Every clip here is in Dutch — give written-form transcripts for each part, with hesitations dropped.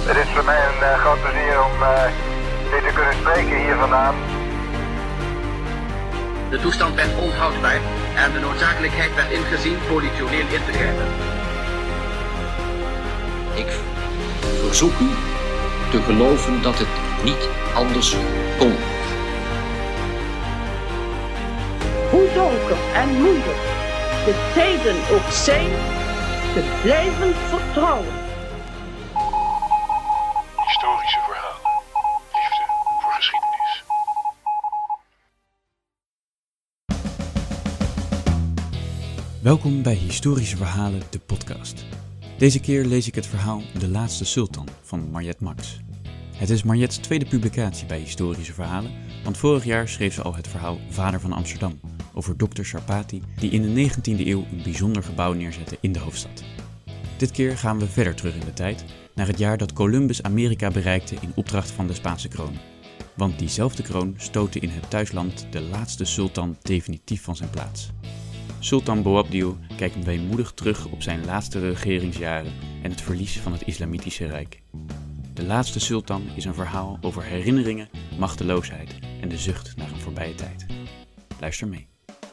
Het is voor mij een groot plezier om dit te kunnen spreken hier vandaan. De toestand werd onhoudbaar en de noodzakelijkheid werd ingezien politioneel in te grijpen. Ik verzoek u te geloven dat het niet anders kon. Hoe donker en moeilijk de tijden ook zijn, te blijven vertrouwen. Historische verhalen. Liefde voor geschiedenis. Welkom bij Historische Verhalen, de podcast. Deze keer lees ik het verhaal De Laatste Sultan van Mariette Max. Het is Mariette's tweede publicatie bij Historische Verhalen, want vorig jaar schreef ze al het verhaal Vader van Amsterdam over Dr. Sharpati, die in de 19e eeuw een bijzonder gebouw neerzette in de hoofdstad. Dit keer gaan we verder terug in de tijd, naar het jaar dat Columbus Amerika bereikte in opdracht van de Spaanse kroon. Want diezelfde kroon stootte in het thuisland de laatste sultan definitief van zijn plaats. Sultan Boabdil kijkt weemoedig terug op zijn laatste regeringsjaren en het verlies van het Islamitische Rijk. De Laatste Sultan is een verhaal over herinneringen, machteloosheid en de zucht naar een voorbije tijd. Luister mee.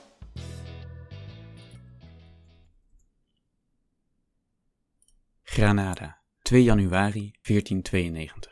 Granada, 2 januari 1492.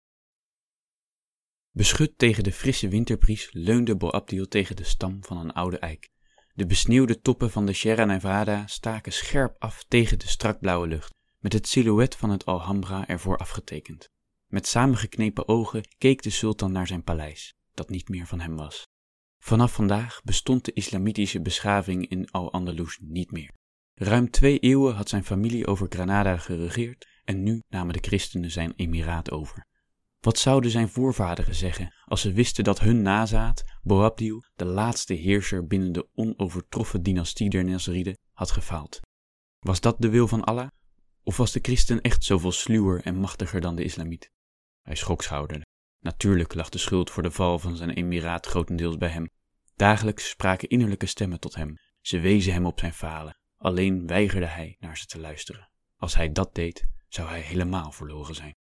Beschut tegen de frisse winterbries leunde Boabdil tegen de stam van een oude eik. De besneeuwde toppen van de Sierra Nevada staken scherp af tegen de strakblauwe lucht, met het silhouet van het Alhambra ervoor afgetekend. Met samengeknepen ogen keek de sultan naar zijn paleis, dat niet meer van hem was. Vanaf vandaag bestond de islamitische beschaving in Al-Andalus niet meer. Ruim 2 eeuwen had zijn familie over Granada geregeerd en nu namen de christenen zijn emiraat over. Wat zouden zijn voorvaderen zeggen als ze wisten dat hun nazaat, Boabdil, de laatste heerser binnen de onovertroffen dynastie der Nasriden, had gefaald? Was dat de wil van Allah? Of was de christen echt zoveel sluwer en machtiger dan de islamiet? Hij schokschouderde. Natuurlijk lag de schuld voor de val van zijn emiraat grotendeels bij hem. Dagelijks spraken innerlijke stemmen tot hem. Ze wezen hem op zijn falen. Alleen weigerde hij naar ze te luisteren. Als hij dat deed, zou hij helemaal verloren zijn.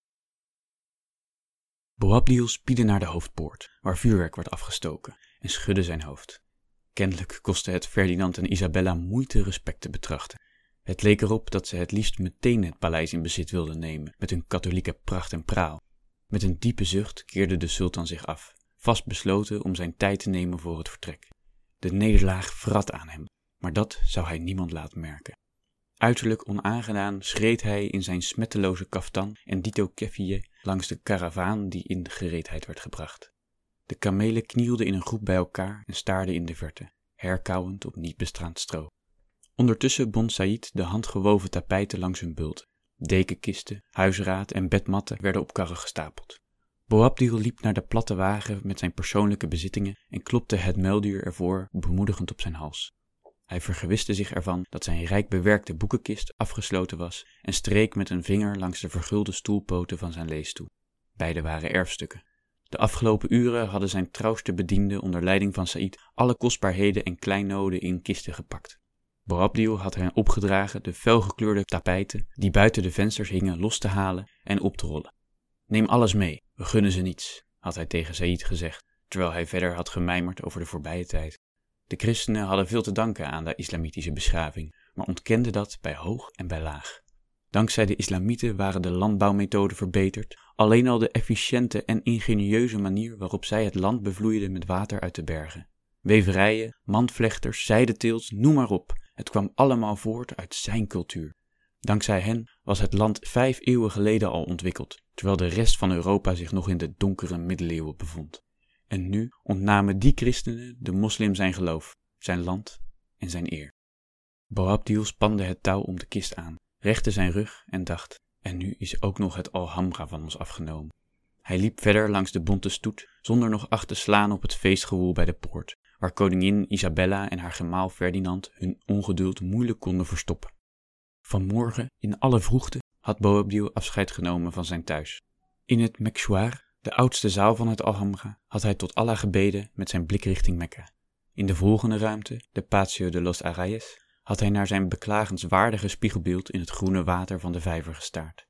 Boabdil spiedde naar de hoofdpoort, waar vuurwerk werd afgestoken, en schudde zijn hoofd. Kennelijk kostte het Ferdinand en Isabella moeite respect te betrachten. Het leek erop dat ze het liefst meteen het paleis in bezit wilden nemen, met hun katholieke pracht en praal. Met een diepe zucht keerde de sultan zich af, vastbesloten om zijn tijd te nemen voor het vertrek. De nederlaag vrat aan hem, maar dat zou hij niemand laten merken. Uiterlijk onaangedaan schreed hij in zijn smetteloze kaftan en dito keffiyeh langs de karavaan die in gereedheid werd gebracht. De kamelen knielden in een groep bij elkaar en staarden in de verte, herkauwend op niet bestraand stro. Ondertussen bond Saïd de handgewoven tapijten langs hun bult. Dekenkisten, huisraad en bedmatten werden op karren gestapeld. Boabdil liep naar de platte wagen met zijn persoonlijke bezittingen en klopte het muildier ervoor bemoedigend op zijn hals. Hij vergewiste zich ervan dat zijn rijk bewerkte boekenkist afgesloten was en streek met een vinger langs de vergulde stoelpoten van zijn leesstoel. Beide waren erfstukken. De afgelopen uren hadden zijn trouwste bedienden onder leiding van Saïd alle kostbaarheden en kleinoden in kisten gepakt. Boabdil had hen opgedragen de felgekleurde tapijten die buiten de vensters hingen los te halen en op te rollen. Neem alles mee, we gunnen ze niets, had hij tegen Saïd gezegd, terwijl hij verder had gemijmerd over de voorbije tijd. De christenen hadden veel te danken aan de islamitische beschaving, maar ontkenden dat bij hoog en bij laag. Dankzij de islamieten waren de landbouwmethoden verbeterd, alleen al de efficiënte en ingenieuze manier waarop zij het land bevloeiden met water uit de bergen. Weverijen, mandvlechters, zijdeteelt, noem maar op, het kwam allemaal voort uit zijn cultuur. Dankzij hen was het land 5 eeuwen geleden al ontwikkeld, terwijl de rest van Europa zich nog in de donkere middeleeuwen bevond. En nu ontnamen die christenen de moslim zijn geloof, zijn land en zijn eer. Boabdil spande het touw om de kist aan, rechte zijn rug en dacht, en nu is ook nog het Alhambra van ons afgenomen. Hij liep verder langs de bonte stoet, zonder nog acht te slaan op het feestgewoel bij de poort, waar koningin Isabella en haar gemaal Ferdinand hun ongeduld moeilijk konden verstoppen. Vanmorgen, in alle vroegte, had Boabdil afscheid genomen van zijn thuis. In het Mekshwar, de oudste zaal van het Alhambra, had hij tot Allah gebeden met zijn blik richting Mekka. In de volgende ruimte, de Patio de los Arrayes, had hij naar zijn beklagenswaardige spiegelbeeld in het groene water van de vijver gestaard.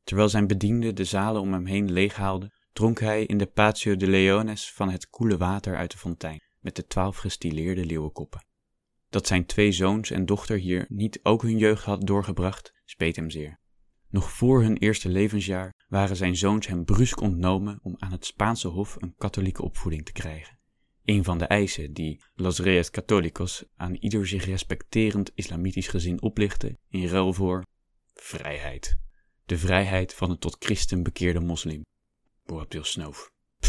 Terwijl zijn bedienden de zalen om hem heen leeghaalden, dronk hij in de Patio de Leones van het koele water uit de fontein met de 12 gestileerde leeuwenkoppen. Dat zijn 2 zoons en dochter hier niet ook hun jeugd had doorgebracht, speet hem zeer. Nog voor hun eerste levensjaar waren zijn zoons hem brusk ontnomen om aan het Spaanse hof een katholieke opvoeding te krijgen. Een van de eisen die Los Reyes Católicos aan ieder zich respecterend islamitisch gezin oplichtte in ruil voor vrijheid. De vrijheid van een tot christen bekeerde moslim. Boabdil snoof.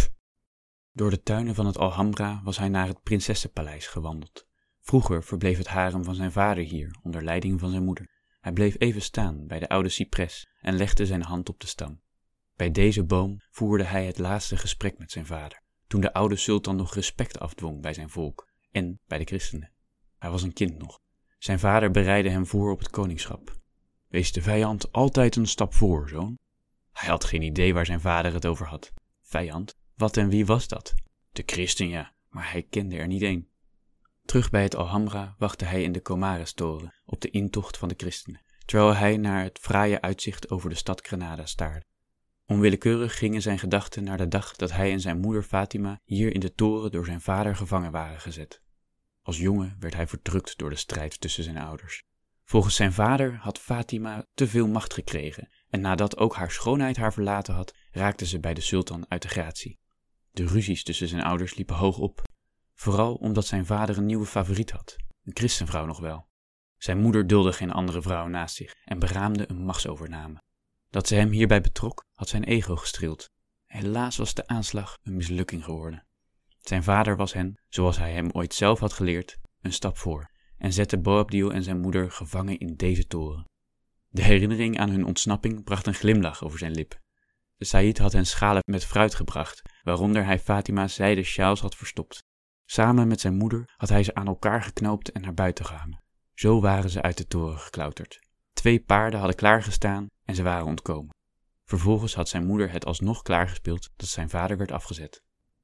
Door de tuinen van het Alhambra was hij naar het Prinsessenpaleis gewandeld. Vroeger verbleef het harem van zijn vader hier onder leiding van zijn moeder. Hij bleef even staan bij de oude cipres en legde zijn hand op de stam. Bij deze boom voerde hij het laatste gesprek met zijn vader, toen de oude sultan nog respect afdwong bij zijn volk en bij de christenen. Hij was een kind nog. Zijn vader bereidde hem voor op het koningschap. Wees de vijand altijd een stap voor, zoon. Hij had geen idee waar zijn vader het over had. Vijand? Wat en wie was dat? De christen, ja, maar hij kende er niet één. Terug bij het Alhambra wachtte hij in de Comares-toren op de intocht van de christenen, terwijl hij naar het fraaie uitzicht over de stad Granada staarde. Onwillekeurig gingen zijn gedachten naar de dag dat hij en zijn moeder Fatima hier in de toren door zijn vader gevangen waren gezet. Als jongen werd hij verdrukt door de strijd tussen zijn ouders. Volgens zijn vader had Fatima te veel macht gekregen en nadat ook haar schoonheid haar verlaten had, raakte ze bij de sultan uit de gratie. De ruzies tussen zijn ouders liepen hoog op, vooral omdat zijn vader een nieuwe favoriet had, een christenvrouw nog wel. Zijn moeder duldde geen andere vrouw naast zich en beraamde een machtsovername. Dat ze hem hierbij betrok, had zijn ego gestreeld. Helaas was de aanslag een mislukking geworden. Zijn vader was hen, zoals hij hem ooit zelf had geleerd, een stap voor en zette Boabdil en zijn moeder gevangen in deze toren. De herinnering aan hun ontsnapping bracht een glimlach over zijn lip. De Saïd had hen schalen met fruit gebracht, waaronder hij Fatima's zijden sjaals had verstopt. Samen met zijn moeder had hij ze aan elkaar geknoopt en naar buiten gehangen. Zo waren ze uit de toren geklauterd. 2 paarden hadden klaargestaan en ze waren ontkomen. Vervolgens had zijn moeder het alsnog klaargespeeld dat zijn vader werd afgezet.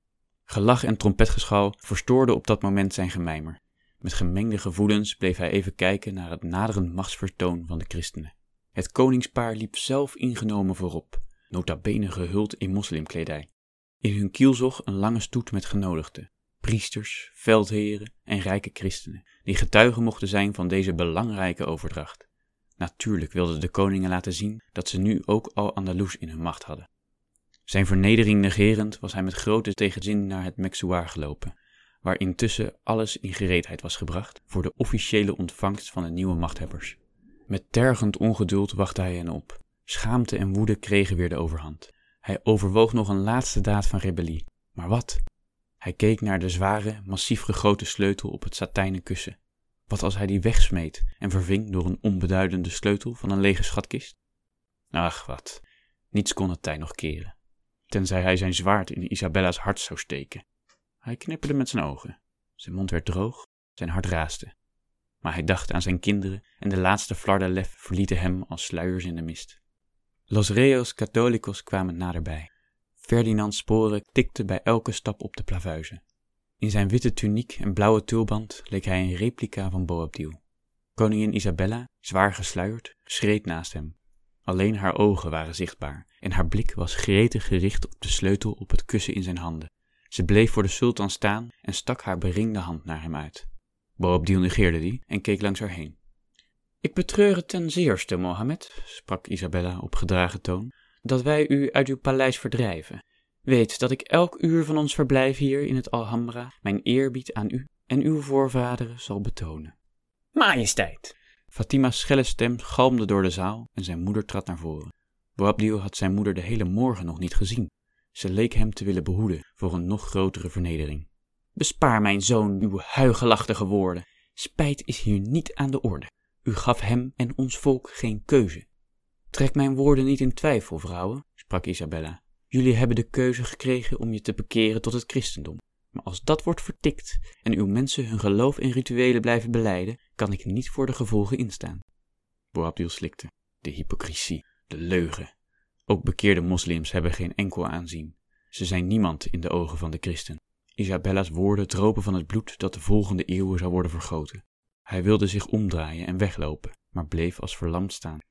Gelach en trompetgeschal verstoorden op dat moment zijn gemijmer. Met gemengde gevoelens bleef hij even kijken naar het naderend machtsvertoon van de christenen. Het koningspaar liep zelf ingenomen voorop, nota bene gehuld in moslimkledij. In hun kielzog een lange stoet met genodigden, priesters, veldheren en rijke christenen, die getuigen mochten zijn van deze belangrijke overdracht. Natuurlijk wilden de koningen laten zien dat ze nu ook Al-Andalus in hun macht hadden. Zijn vernedering negerend was hij met grote tegenzin naar het Meksuar gelopen, waar intussen alles in gereedheid was gebracht voor de officiële ontvangst van de nieuwe machthebbers. Met tergend ongeduld wachtte hij hen op. Schaamte en woede kregen weer de overhand. Hij overwoog nog een laatste daad van rebellie. Maar wat? Hij keek naar de zware, massief gegoten sleutel op het satijnen kussen. Wat als hij die wegsmeet en verving door een onbeduidende sleutel van een lege schatkist? Ach, wat. Niets kon het tij nog keren. Tenzij hij zijn zwaard in Isabella's hart zou steken. Hij knipperde met zijn ogen. Zijn mond werd droog, zijn hart raasde. Maar hij dacht aan zijn kinderen en de laatste flarden lef verlieten hem als sluiers in de mist. Los Reyes Católicos kwamen naderbij. Ferdinands sporen tikten bij elke stap op de plavuizen. In zijn witte tuniek en blauwe tulband leek hij een replica van Boabdil. Koningin Isabella, zwaar gesluierd, schreed naast hem. Alleen haar ogen waren zichtbaar en haar blik was gretig gericht op de sleutel op het kussen in zijn handen. Ze bleef voor de sultan staan en stak haar beringde hand naar hem uit. Boabdil negeerde die en keek langs haar heen. Ik betreur het ten zeerste, Mohammed, sprak Isabella op gedragen toon, dat wij u uit uw paleis verdrijven. Weet dat ik elk uur van ons verblijf hier in het Alhambra mijn eerbied aan u en uw voorvaderen zal betonen. Majesteit! Fatima's schelle stem galmde door de zaal en zijn moeder trad naar voren. Boabdil had zijn moeder de hele morgen nog niet gezien. Ze leek hem te willen behoeden voor een nog grotere vernedering. Bespaar mijn zoon uw huigelachtige woorden. Spijt is hier niet aan de orde. U gaf hem en ons volk geen keuze. Trek mijn woorden niet in twijfel, vrouwen, sprak Isabella. Jullie hebben de keuze gekregen om je te bekeren tot het christendom. Maar als dat wordt vertikt en uw mensen hun geloof en rituelen blijven belijden, kan ik niet voor de gevolgen instaan. Boabdil slikte. De hypocrisie, de leugen. Ook bekeerde moslims hebben geen enkel aanzien. Ze zijn niemand in de ogen van de christen. Isabella's woorden dropen van het bloed dat de volgende eeuwen zou worden vergoten. Hij wilde zich omdraaien en weglopen, maar bleef als verlamd staan.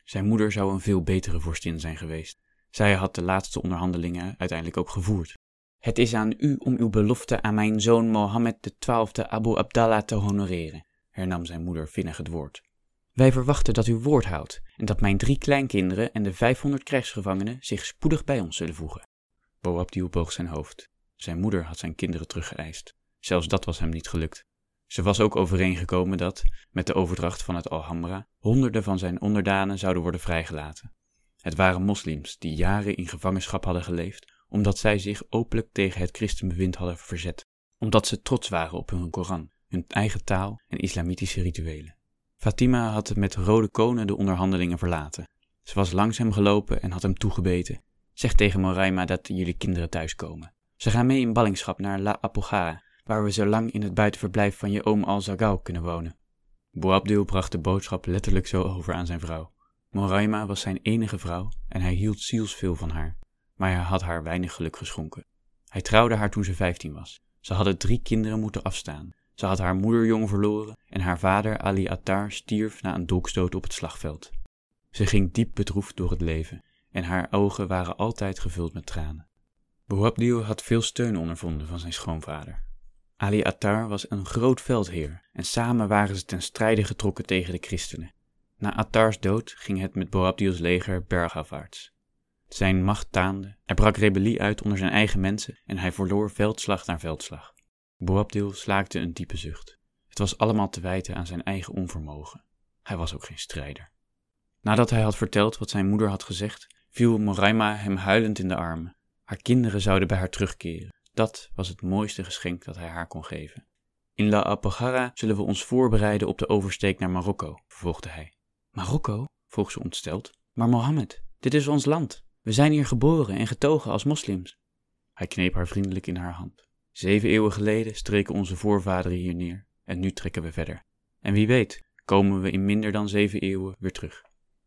Zijn moeder zou een veel betere vorstin zijn geweest. Zij had de laatste onderhandelingen uiteindelijk ook gevoerd. Het is aan u om uw belofte aan mijn zoon Mohammed XII Abu Abdallah te honoreren, hernam zijn moeder vinnig het woord. Wij verwachten dat u woord houdt en dat mijn 3 kleinkinderen en de 500 krijgsgevangenen zich spoedig bij ons zullen voegen. Boabdil boog zijn hoofd. Zijn moeder had zijn kinderen teruggeëist. Zelfs dat was hem niet gelukt. Ze was ook overeengekomen dat, met de overdracht van het Alhambra, honderden van zijn onderdanen zouden worden vrijgelaten. Het waren moslims die jaren in gevangenschap hadden geleefd, omdat zij zich openlijk tegen het christenbewind hadden verzet, omdat ze trots waren op hun Koran, hun eigen taal en islamitische rituelen. Fatima had met rode konen de onderhandelingen verlaten. Ze was langs hem gelopen en had hem toegebeten. Zeg tegen Moraima dat jullie kinderen thuiskomen. Ze gaan mee in ballingschap naar La Apoghara, waar we zo lang in het buitenverblijf van je oom Al-Zagau kunnen wonen. Boabdil bracht de boodschap letterlijk zo over aan zijn vrouw. Moraima was zijn enige vrouw en hij hield zielsveel van haar, maar hij had haar weinig geluk geschonken. Hij trouwde haar toen ze 15 was. Ze hadden 3 kinderen moeten afstaan. Ze had haar moeder jong verloren en haar vader Ali Attar stierf na een dolkstoot op het slagveld. Ze ging diep bedroefd door het leven en haar ogen waren altijd gevuld met tranen. Boabdil had veel steun ondervonden van zijn schoonvader. Ali Attar was een groot veldheer en samen waren ze ten strijde getrokken tegen de christenen. Na Attars dood ging het met Boabdils leger bergafwaarts. Zijn macht taande, er brak rebellie uit onder zijn eigen mensen en hij verloor veldslag na veldslag. Boabdil slaakte een diepe zucht. Het was allemaal te wijten aan zijn eigen onvermogen. Hij was ook geen strijder. Nadat hij had verteld wat zijn moeder had gezegd, viel Moraima hem huilend in de armen. Haar kinderen zouden bij haar terugkeren. Dat was het mooiste geschenk dat hij haar kon geven. In La Apoghara zullen we ons voorbereiden op de oversteek naar Marokko, vervolgde hij. Marokko? Vroeg ze ontsteld. Maar Mohammed, dit is ons land. We zijn hier geboren en getogen als moslims. Hij kneep haar vriendelijk in haar hand. 7 eeuwen geleden streken onze voorvaderen hier neer en nu trekken we verder. En wie weet, komen we in minder dan 7 eeuwen weer terug.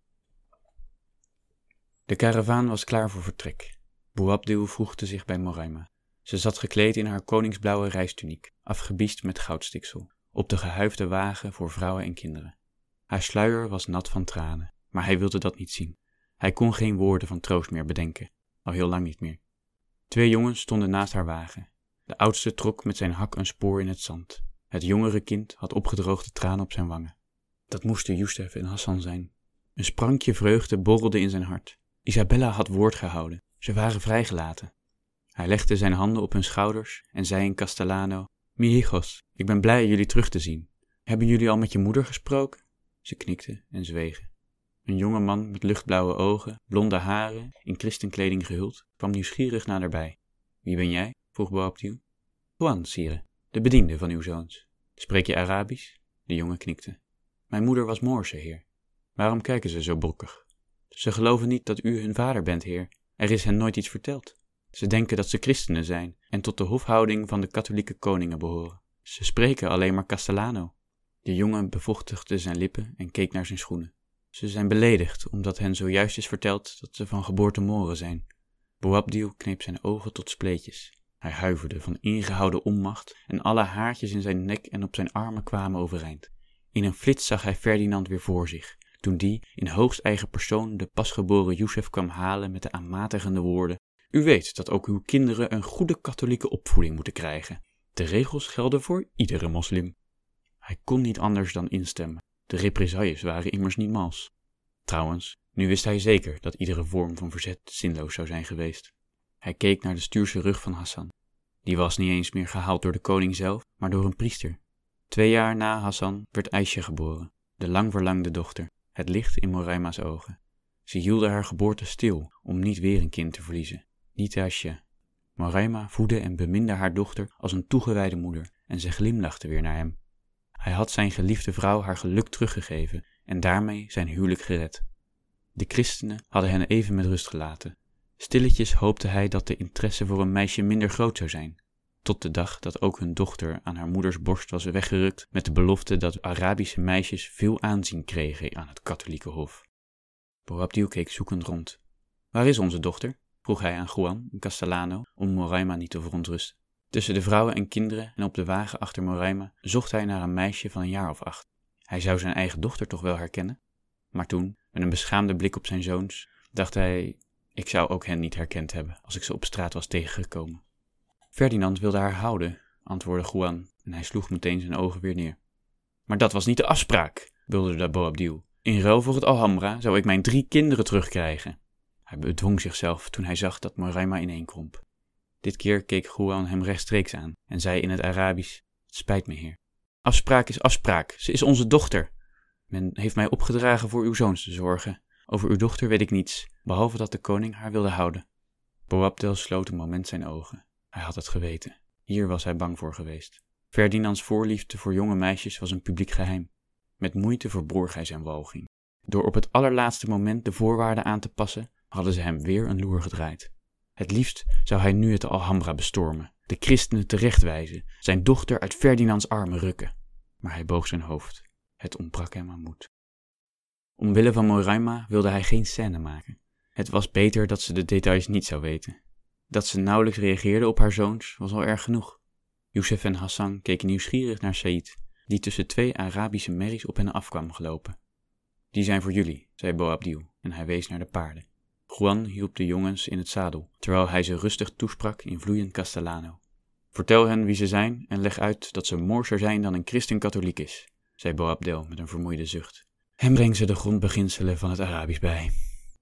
De karavaan was klaar voor vertrek. Boabdil voegde zich bij Moraima. Ze zat gekleed in haar koningsblauwe reistuniek, afgebiest met goudstiksel, op de gehuifde wagen voor vrouwen en kinderen. Haar sluier was nat van tranen, maar hij wilde dat niet zien. Hij kon geen woorden van troost meer bedenken, al heel lang niet meer. 2 jongens stonden naast haar wagen. De oudste trok met zijn hak een spoor in het zand. Het jongere kind had opgedroogde tranen op zijn wangen. Dat moesten Youssef en Hassan zijn. Een sprankje vreugde borrelde in zijn hart. Isabella had woord gehouden. Ze waren vrijgelaten. Hij legde zijn handen op hun schouders en zei in Castellano: Mi hijos, ik ben blij jullie terug te zien. Hebben jullie al met je moeder gesproken? Ze knikten en zwegen. Een jonge man met luchtblauwe ogen, blonde haren, in christenkleding gehuld, kwam nieuwsgierig naderbij. Wie ben jij? Vroeg Boabdil. Juan, sire, de bediende van uw zoons. Spreek je Arabisch? De jongen knikte. Mijn moeder was Moorse, heer. Waarom kijken ze zo brokkig? Ze geloven niet dat u hun vader bent, heer. Er is hen nooit iets verteld. Ze denken dat ze christenen zijn en tot de hofhouding van de katholieke koningen behoren. Ze spreken alleen maar Castellano. De jongen bevochtigde zijn lippen en keek naar zijn schoenen. Ze zijn beledigd omdat hen zojuist is verteld dat ze van geboorte Moren zijn. Boabdil kneep zijn ogen tot spleetjes. Hij huiverde van ingehouden onmacht en alle haartjes in zijn nek en op zijn armen kwamen overeind. In een flits zag hij Ferdinand weer voor zich, toen die in hoogst eigen persoon de pasgeboren Youssef kwam halen met de aanmatigende woorden: U weet dat ook uw kinderen een goede katholieke opvoeding moeten krijgen. De regels gelden voor iedere moslim. Hij kon niet anders dan instemmen. De represailles waren immers niet mals. Trouwens, nu wist hij zeker dat iedere vorm van verzet zinloos zou zijn geweest. Hij keek naar de stuurse rug van Hassan. Die was niet eens meer gehaald door de koning zelf, maar door een priester. 2 jaar na Hassan werd Aisha geboren, de lang verlangde dochter, het licht in Moraima's ogen. Ze hielden haar geboorte stil om niet weer een kind te verliezen. Niet Aisha. Moraima voedde en beminde haar dochter als een toegewijde moeder en ze glimlachte weer naar hem. Hij had zijn geliefde vrouw haar geluk teruggegeven en daarmee zijn huwelijk gered. De christenen hadden hen even met rust gelaten. Stilletjes hoopte hij dat de interesse voor een meisje minder groot zou zijn, tot de dag dat ook hun dochter aan haar moeders borst was weggerukt met de belofte dat Arabische meisjes veel aanzien kregen aan het katholieke hof. Boabdil keek zoekend rond. Waar is onze dochter? Vroeg hij aan Juan in Castellano om Moraima niet te verontrusten. Tussen de vrouwen en kinderen en op de wagen achter Moraima zocht hij naar een meisje van een jaar of 8. Hij zou zijn eigen dochter toch wel herkennen? Maar toen, met een beschaamde blik op zijn zoons, dacht hij, ik zou ook hen niet herkend hebben als ik ze op straat was tegengekomen. Ferdinand wilde haar houden, antwoordde Juan en hij sloeg meteen zijn ogen weer neer. Maar dat was niet de afspraak, bulderde Boabdil. In ruil voor het Alhambra zou ik mijn 3 kinderen terugkrijgen. Hij bedwong zichzelf toen hij zag dat Moraima ineenkromp. Dit keer keek Juan hem rechtstreeks aan en zei in het Arabisch, het spijt me, heer. Afspraak is afspraak, ze is onze dochter. Men heeft mij opgedragen voor uw zoons te zorgen. Over uw dochter weet ik niets, behalve dat de koning haar wilde houden. Boabdil sloot een moment zijn ogen. Hij had het geweten. Hier was hij bang voor geweest. Ferdinands voorliefde voor jonge meisjes was een publiek geheim. Met moeite verborg hij zijn walging. Door op het allerlaatste moment de voorwaarden aan te passen, hadden ze hem weer een loer gedraaid. Het liefst zou hij nu het Alhambra bestormen, de christenen terechtwijzen, zijn dochter uit Ferdinands armen rukken. Maar hij boog zijn hoofd. Het ontbrak hem aan moed. Omwille van Moraima wilde hij geen scène maken. Het was beter dat ze de details niet zou weten. Dat ze nauwelijks reageerde op haar zoons was al erg genoeg. Youssef en Hassan keken nieuwsgierig naar Saïd, die tussen 2 Arabische merries op hen afkwam gelopen. Die zijn voor jullie, zei Boabdil en hij wees naar de paarden. Juan hielp de jongens in het zadel, terwijl hij ze rustig toesprak in vloeiend Castellano. Vertel hen wie ze zijn en leg uit dat ze morser zijn dan een christen-katholiek is, zei Boabdil met een vermoeide zucht. En breng ze de grondbeginselen van het Arabisch bij.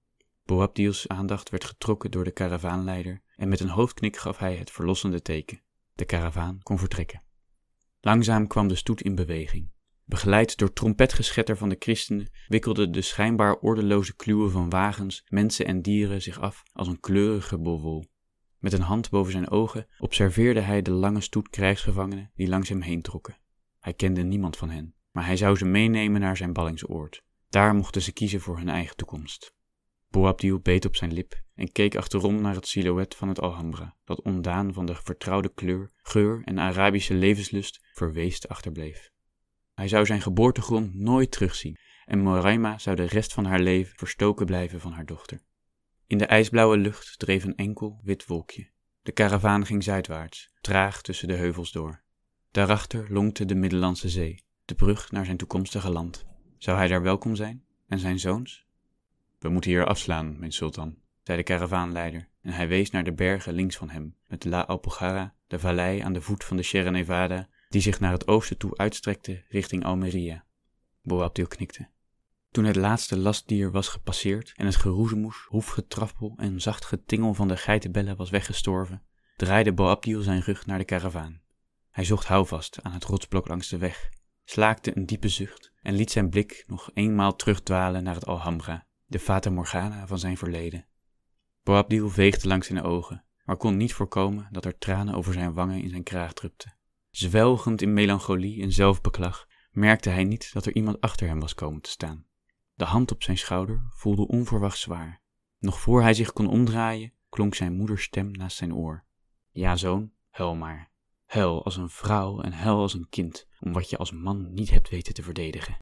Boabdils aandacht werd getrokken door de karavaanleider en met een hoofdknik gaf hij het verlossende teken. De karavaan kon vertrekken. Langzaam kwam de stoet in beweging. Begeleid door trompetgeschetter van de christenen wikkelden de schijnbaar ordeloze kluwen van wagens, mensen en dieren zich af als een kleurige bolwol. Met een hand boven zijn ogen observeerde hij de lange stoet krijgsgevangenen die langs hem heen trokken. Hij kende niemand van hen, maar hij zou ze meenemen naar zijn ballingsoord. Daar mochten ze kiezen voor hun eigen toekomst. Boabdil beet op zijn lip en keek achterom naar het silhouet van het Alhambra, dat ontdaan van de vertrouwde kleur, geur en Arabische levenslust verweest achterbleef. Hij zou zijn geboortegrond nooit terugzien en Moraima zou de rest van haar leven verstoken blijven van haar dochter. In de ijsblauwe lucht dreef een enkel wit wolkje. De karavaan ging zuidwaarts, traag tussen de heuvels door. Daarachter lonkte de Middellandse Zee, de brug naar zijn toekomstige land. Zou hij daar welkom zijn? En zijn zoons? We moeten hier afslaan, mijn sultan, zei de karavaanleider, en hij wees naar de bergen links van hem, met La Alpujarra, de vallei aan de voet van de Sierra Nevada, die zich naar het oosten toe uitstrekte richting Almeria. Boabdil knikte. Toen het laatste lastdier was gepasseerd en het geroezemoes, hoefgetrappel en zacht getingel van de geitenbellen was weggestorven, draaide Boabdil zijn rug naar de karavaan. Hij zocht houvast aan het rotsblok langs de weg, slaakte een diepe zucht en liet zijn blik nog eenmaal terugdwalen naar het Alhambra, de Fata Morgana van zijn verleden. Boabdil veegde langs zijn ogen, maar kon niet voorkomen dat er tranen over zijn wangen in zijn kraag drupten. Zwelgend in melancholie en zelfbeklag merkte hij niet dat er iemand achter hem was komen te staan. De hand op zijn schouder voelde onverwacht zwaar. Nog voor hij zich kon omdraaien, klonk zijn moeders stem naast zijn oor. Ja, zoon, huil maar. Huil als een vrouw en huil als een kind, om wat je als man niet hebt weten te verdedigen.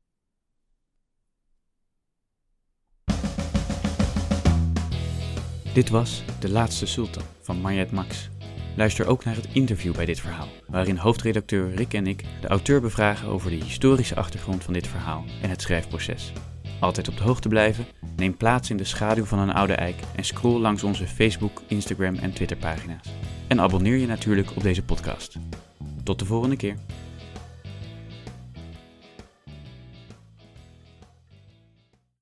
Dit was De Laatste Sultan van Mayet Max. Luister ook naar het interview bij dit verhaal, waarin hoofdredacteur Rick en ik de auteur bevragen over de historische achtergrond van dit verhaal en het schrijfproces. Altijd op de hoogte blijven, neem plaats in de schaduw van een oude eik en scroll langs onze Facebook, Instagram en Twitterpagina's. En abonneer je natuurlijk op deze podcast. Tot de volgende keer.